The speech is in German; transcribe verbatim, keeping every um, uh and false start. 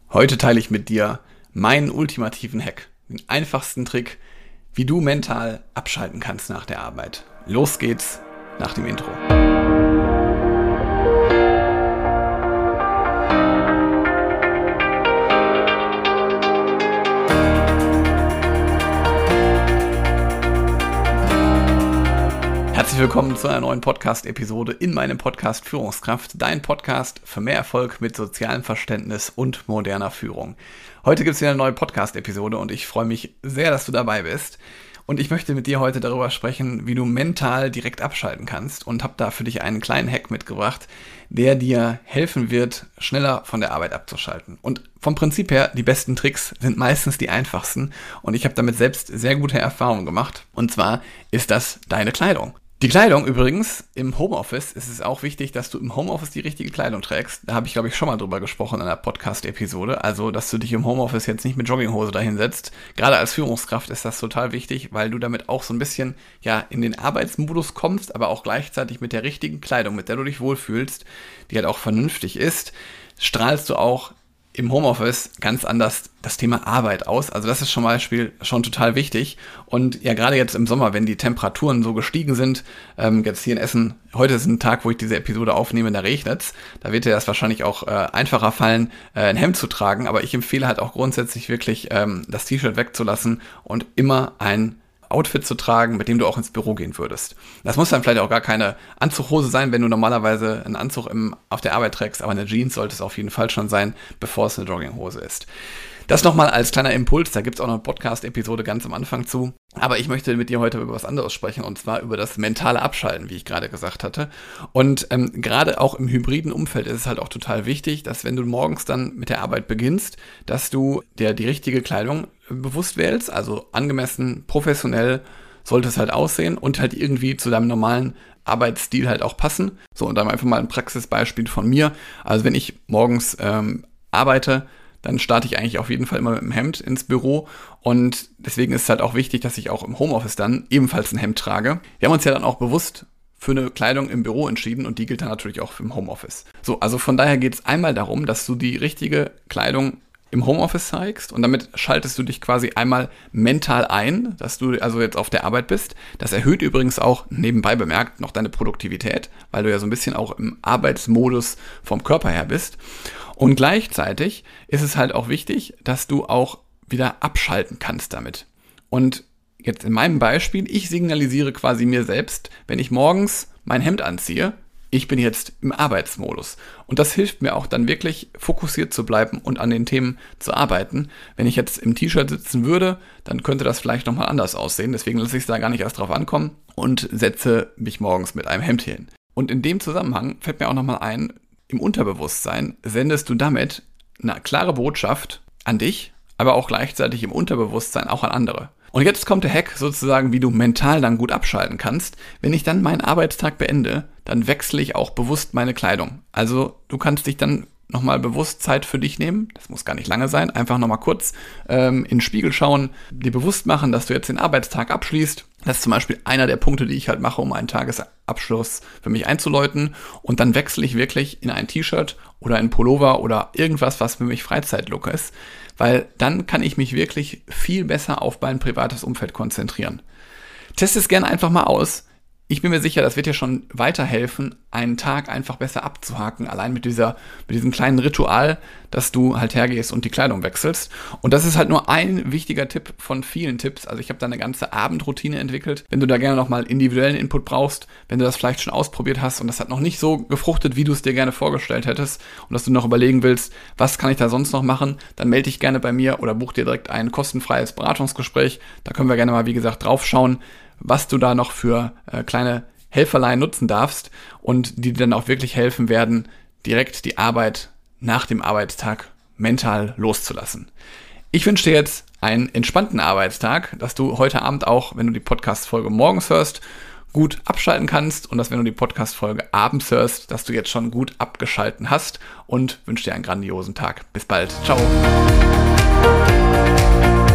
Heute teile ich mit dir meinen ultimativen Hack, den einfachsten Trick, wie du mental abschalten kannst nach der Arbeit. Los geht's nach dem Intro. Herzlich willkommen zu einer neuen Podcast-Episode in meinem Podcast Führungskraft, dein Podcast für mehr Erfolg mit sozialem Verständnis und moderner Führung. Heute gibt es wieder eine neue Podcast-Episode und ich freue mich sehr, dass du dabei bist. Und ich möchte mit dir heute darüber sprechen, wie du mental direkt abschalten kannst und habe da für dich einen kleinen Hack mitgebracht, der dir helfen wird, schneller von der Arbeit abzuschalten. Und vom Prinzip her, die besten Tricks sind meistens die einfachsten und ich habe damit selbst sehr gute Erfahrungen gemacht. Und zwar ist das deine Kleidung. Die Kleidung übrigens, im Homeoffice ist es auch wichtig, dass du im Homeoffice die richtige Kleidung trägst. Da habe ich, glaube ich, schon mal drüber gesprochen in einer Podcast-Episode. Also, dass du dich im Homeoffice jetzt nicht mit Jogginghose dahinsetzt. Gerade als Führungskraft ist das total wichtig, weil du damit auch so ein bisschen ja in den Arbeitsmodus kommst, aber auch gleichzeitig mit der richtigen Kleidung, mit der du dich wohlfühlst, die halt auch vernünftig ist, strahlst du auch im Homeoffice ganz anders das Thema Arbeit aus. Also das ist zum Beispiel schon total wichtig. Und ja, gerade jetzt im Sommer, wenn die Temperaturen so gestiegen sind, ähm, jetzt hier in Essen, heute ist ein Tag, wo ich diese Episode aufnehme, da regnet's. Da wird dir das wahrscheinlich auch äh, einfacher fallen, äh, ein Hemd zu tragen. Aber ich empfehle halt auch grundsätzlich wirklich, ähm, das T-Shirt wegzulassen und immer ein Outfit zu tragen, mit dem du auch ins Büro gehen würdest. Das muss dann vielleicht auch gar keine Anzughose sein, wenn du normalerweise einen Anzug im, auf der Arbeit trägst, aber eine Jeans sollte es auf jeden Fall schon sein, bevor es eine Jogginghose ist. Das nochmal als kleiner Impuls, da gibt es auch noch eine Podcast-Episode ganz am Anfang zu. Aber ich möchte mit dir heute über was anderes sprechen, und zwar über das mentale Abschalten, wie ich gerade gesagt hatte. Und ähm, gerade auch im hybriden Umfeld ist es halt auch total wichtig, dass wenn du morgens dann mit der Arbeit beginnst, dass du dir die richtige Kleidung bewusst wählst, also angemessen, professionell sollte es halt aussehen und halt irgendwie zu deinem normalen Arbeitsstil halt auch passen. So, und dann einfach mal ein Praxisbeispiel von mir. Also wenn ich morgens ähm, arbeite, dann starte ich eigentlich auf jeden Fall immer mit einem Hemd ins Büro und deswegen ist es halt auch wichtig, dass ich auch im Homeoffice dann ebenfalls ein Hemd trage. Wir haben uns ja dann auch bewusst für eine Kleidung im Büro entschieden und die gilt dann natürlich auch im Homeoffice. So, also von daher geht es einmal darum, dass du die richtige Kleidung im Homeoffice zeigst und damit schaltest du dich quasi einmal mental ein, dass du also jetzt auf der Arbeit bist. Das erhöht übrigens auch, nebenbei bemerkt, noch deine Produktivität, weil du ja so ein bisschen auch im Arbeitsmodus vom Körper her bist. Und gleichzeitig ist es halt auch wichtig, dass du auch wieder abschalten kannst damit. Und jetzt in meinem Beispiel, ich signalisiere quasi mir selbst, wenn ich morgens mein Hemd anziehe, ich bin jetzt im Arbeitsmodus. Und das hilft mir auch dann wirklich fokussiert zu bleiben und an den Themen zu arbeiten. Wenn ich jetzt im T-Shirt sitzen würde, dann könnte das vielleicht nochmal anders aussehen. Deswegen lasse ich es da gar nicht erst drauf ankommen und setze mich morgens mit einem Hemd hin. Und in dem Zusammenhang fällt mir auch nochmal ein, im Unterbewusstsein sendest du damit eine klare Botschaft an dich, aber auch gleichzeitig im Unterbewusstsein auch an andere. Und jetzt kommt der Hack sozusagen, wie du mental dann gut abschalten kannst. Wenn ich dann meinen Arbeitstag beende, dann wechsle ich auch bewusst meine Kleidung. Also du kannst dich dann nochmal bewusst Zeit für dich nehmen. Das muss gar nicht lange sein. Einfach nochmal kurz ähm, in den Spiegel schauen, dir bewusst machen, dass du jetzt den Arbeitstag abschließt. Das ist zum Beispiel einer der Punkte, die ich halt mache, um einen Tagesabschluss für mich einzuläuten. Und dann wechsle ich wirklich in ein T-Shirt oder ein Pullover oder irgendwas, was für mich Freizeitlook ist. Weil dann kann ich mich wirklich viel besser auf mein privates Umfeld konzentrieren. Test es gerne einfach mal aus. Ich bin mir sicher, das wird dir schon weiterhelfen, einen Tag einfach besser abzuhaken, allein mit dieser, mit diesem kleinen Ritual, dass du halt hergehst und die Kleidung wechselst. Und das ist halt nur ein wichtiger Tipp von vielen Tipps. Also ich habe da eine ganze Abendroutine entwickelt. Wenn du da gerne nochmal individuellen Input brauchst, wenn du das vielleicht schon ausprobiert hast und das hat noch nicht so gefruchtet, wie du es dir gerne vorgestellt hättest und dass du noch überlegen willst, was kann ich da sonst noch machen, dann melde dich gerne bei mir oder buch dir direkt ein kostenfreies Beratungsgespräch. Da können wir gerne mal, wie gesagt, drauf schauen, was du da noch für äh, kleine Helferlein nutzen darfst und die dir dann auch wirklich helfen werden, direkt die Arbeit nach dem Arbeitstag mental loszulassen. Ich wünsche dir jetzt einen entspannten Arbeitstag, dass du heute Abend auch, wenn du die Podcast-Folge morgens hörst, gut abschalten kannst und dass, wenn du die Podcast-Folge abends hörst, dass du jetzt schon gut abgeschalten hast und wünsche dir einen grandiosen Tag. Bis bald. Ciao.